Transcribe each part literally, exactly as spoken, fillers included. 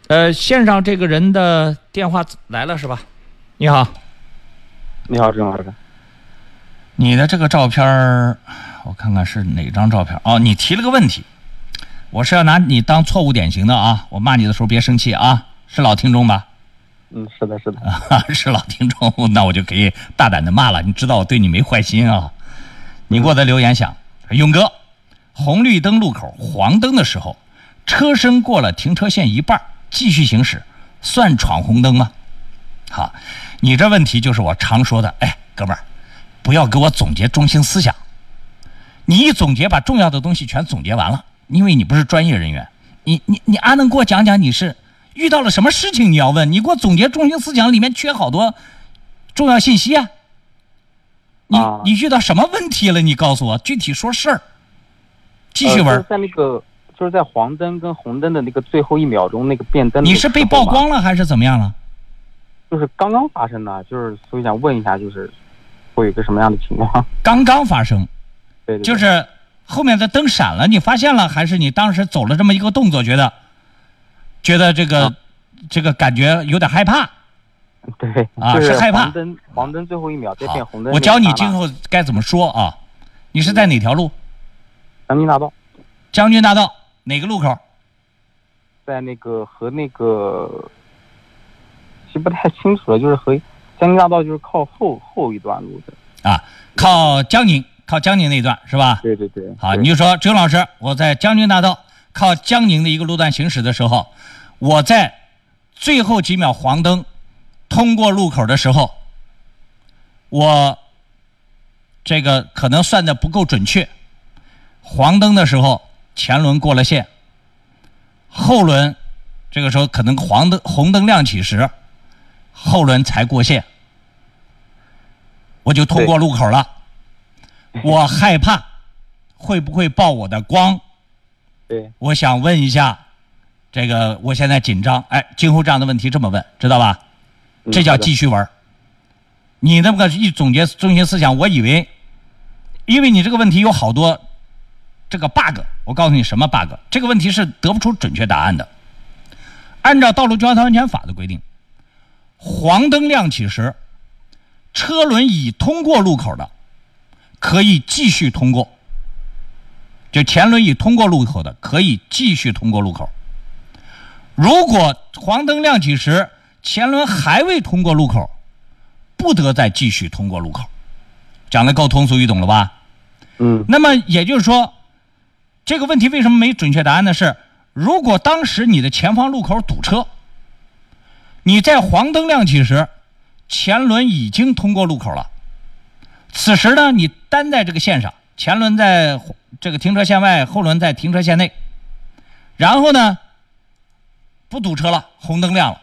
呃，线上这个人的电话来了是吧？你好， 你好，郑老师。 你的这个照片，我看看是哪张照片？哦，你提了个问题，我是要拿你当错误典型的啊！我骂你的时候别生气啊！是老听众吧？ 嗯，是的，是的， 啊，是老听众，那我就可以大胆的骂了。你知道我对你没坏心啊！你给我的留言想，勇哥，红绿灯路口黄灯的时候，车身过了停车线一半，继续行驶，算闯红灯吗？好，你这问题就是我常说的，哎，哥们儿，不要给我总结中心思想。你一总结，把重要的东西全总结完了，因为你不是专业人员，你你你阿能给我讲讲你是遇到了什么事情？你要问，你给我总结中心思想里面缺好多重要信息啊！你、啊、你遇到什么问题了？你告诉我，具体说事儿。继续玩、 呃。在那个就是在黄灯跟红灯的那个最后一秒钟那个变灯， 你是被曝光了还是怎么样了？ 就是刚刚发生的，就是所以想问一下，就是会有个什么样的情况？ 刚刚发生， 对, 对, 对， 就是后面的灯闪了，你发现了，还是你当时走了这么一个动作，觉得觉得这个、啊、这个感觉有点害怕？ 对， 啊，是害怕。 黄灯黄灯最后一秒再变红灯。 我教你今后该怎么说啊？你是在哪条路？ 将军大道。 将军大道哪个路口？ 在那个和那个。其实不太清楚了，就是和江宁大道就是靠后后一段路的啊，靠江宁，靠江宁那一段是吧？ 对对对。 好，你就说周老师，我在将军大道靠江宁的一个路段行驶的时候，我在最后几秒黄灯通过路口的时候，我这个可能算的不够准确，黄灯的时候前轮过了线，后轮这个时候可能黄灯红灯亮起时。后轮才过线，我就通过路口了。我害怕会不会曝我的光？ 对， 我想问一下，这个我现在紧张，哎，今后这样的问题这么问，知道吧？这叫继续玩。你那个一总结中心思想，我以为，因为你这个问题有好多这个 bug， 我告诉你什么 bug？ 这个问题是得不出准确答案的。按照道路交通安全法的规定。黄灯亮起时，车轮已通过路口的，可以继续通过。就前轮已通过路口的，可以继续通过路口。如果黄灯亮起时，前轮还未通过路口，不得再继续通过路口。讲的够通俗易懂了吧？ 嗯。 那么也就是说，这个问题为什么没准确答案呢？是如果当时你的前方路口堵车。你在黄灯亮起时，前轮已经通过路口了。此时呢，你单在这个线上，前轮在这个停车线外，后轮在停车线内。然后呢，不堵车了，红灯亮了，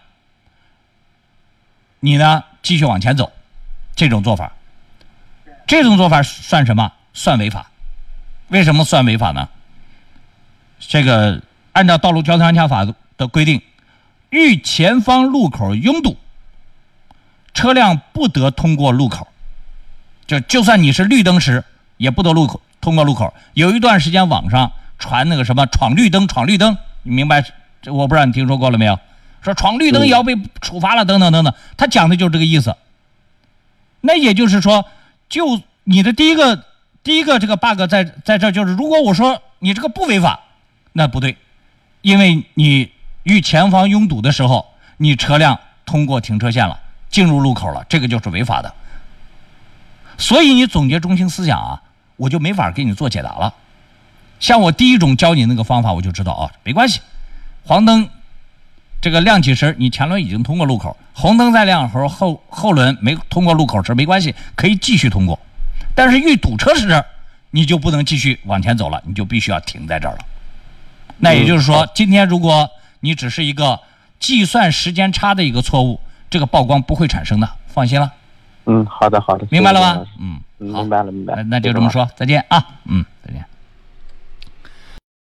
你呢继续往前走，这种做法，这种做法算什么？算违法。为什么算违法呢？这个按照道路交通安全法的规定。遇前方路口拥堵，车辆不得通过路口。就就算你是绿灯时，也不得路口通过路口。有一段时间网上传那个什么闯绿灯，闯绿灯，你明白？这我不知道你听说过了没有？说闯绿灯也要被处罚了，等等等等。他讲的就是这个意思。那也就是说，就你的第一个第一个这个 bug 在在这就是，如果我说你这个不违法，那不对，因为你。遇前方拥堵的时候，你车辆通过停车线了，进入路口了，这个就是违法的。所以你总结中心思想啊，我就没法给你做解答了。像我第一种教你那个方法，我就知道啊，没关系，黄灯这个亮起时，你前轮已经通过路口，红灯在亮时后后轮没通过路口时没关系，可以继续通过。但是遇堵车时，你就不能继续往前走了，你就必须要停在这儿了。那也就是说，今天如果你只是一个计算时间差的一个错误，这个曝光不会产生的，放心了。 嗯，好的好的， 明白了吗？嗯， 明白了明白了。 那就这么说，再见啊，嗯，再见。